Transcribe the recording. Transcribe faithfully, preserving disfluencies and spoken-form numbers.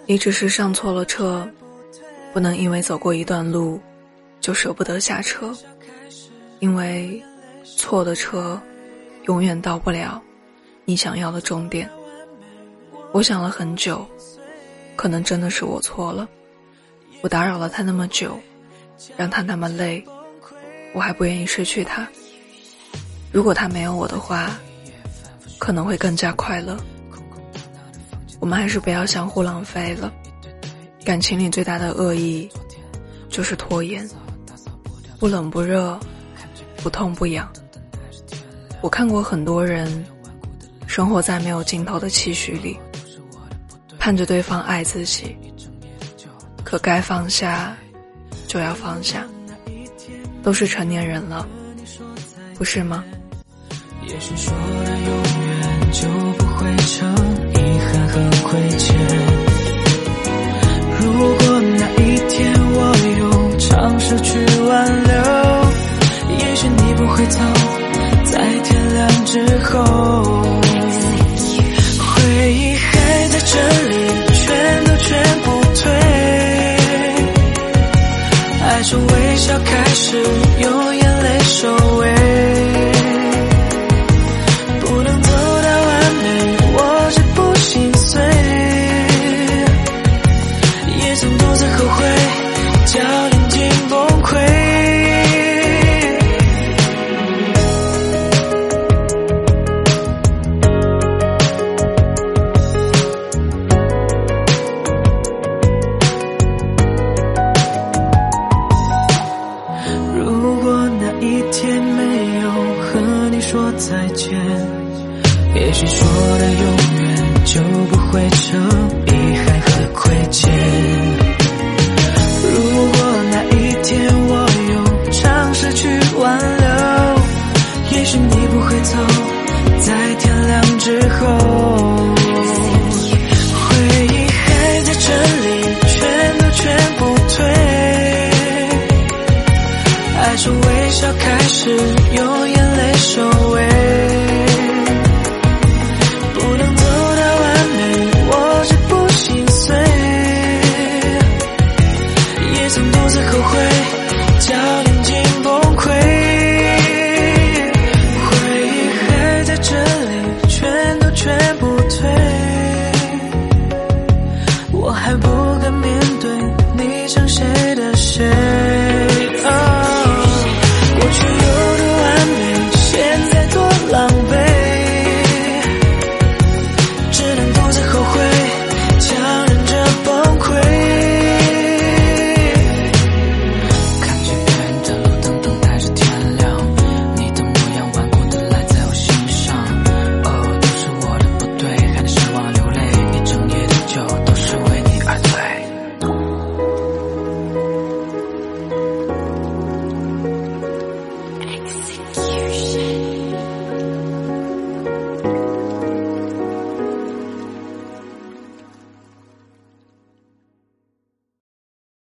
你只是上错了车，不能因为走过一段路就舍不得下车，因为错的车永远到不了你想要的终点。我想了很久，可能真的是我错了，我打扰了他那么久，让他那么累，我还不愿意失去他。如果他没有我的话，可能会更加快乐。我们还是不要相互浪费了，感情里最大的恶意就是拖延，不冷不热，不痛不痒。我看过很多人生活在没有尽头的期许里，盼着对方爱自己，可该放下就要放下，都是成年人了，不是吗？ 也许说的永远就不会成遗憾和亏欠，如果那一天我有尝试去挽留，也许你不会走在天亮之后，回忆还在这里，全都全部退，爱从微笑开始，用眼泪收尾，说再见，也许说的永远就不会成遗憾和亏欠，如果那一天我有尝试去挽留，也许你不会走在天亮之后。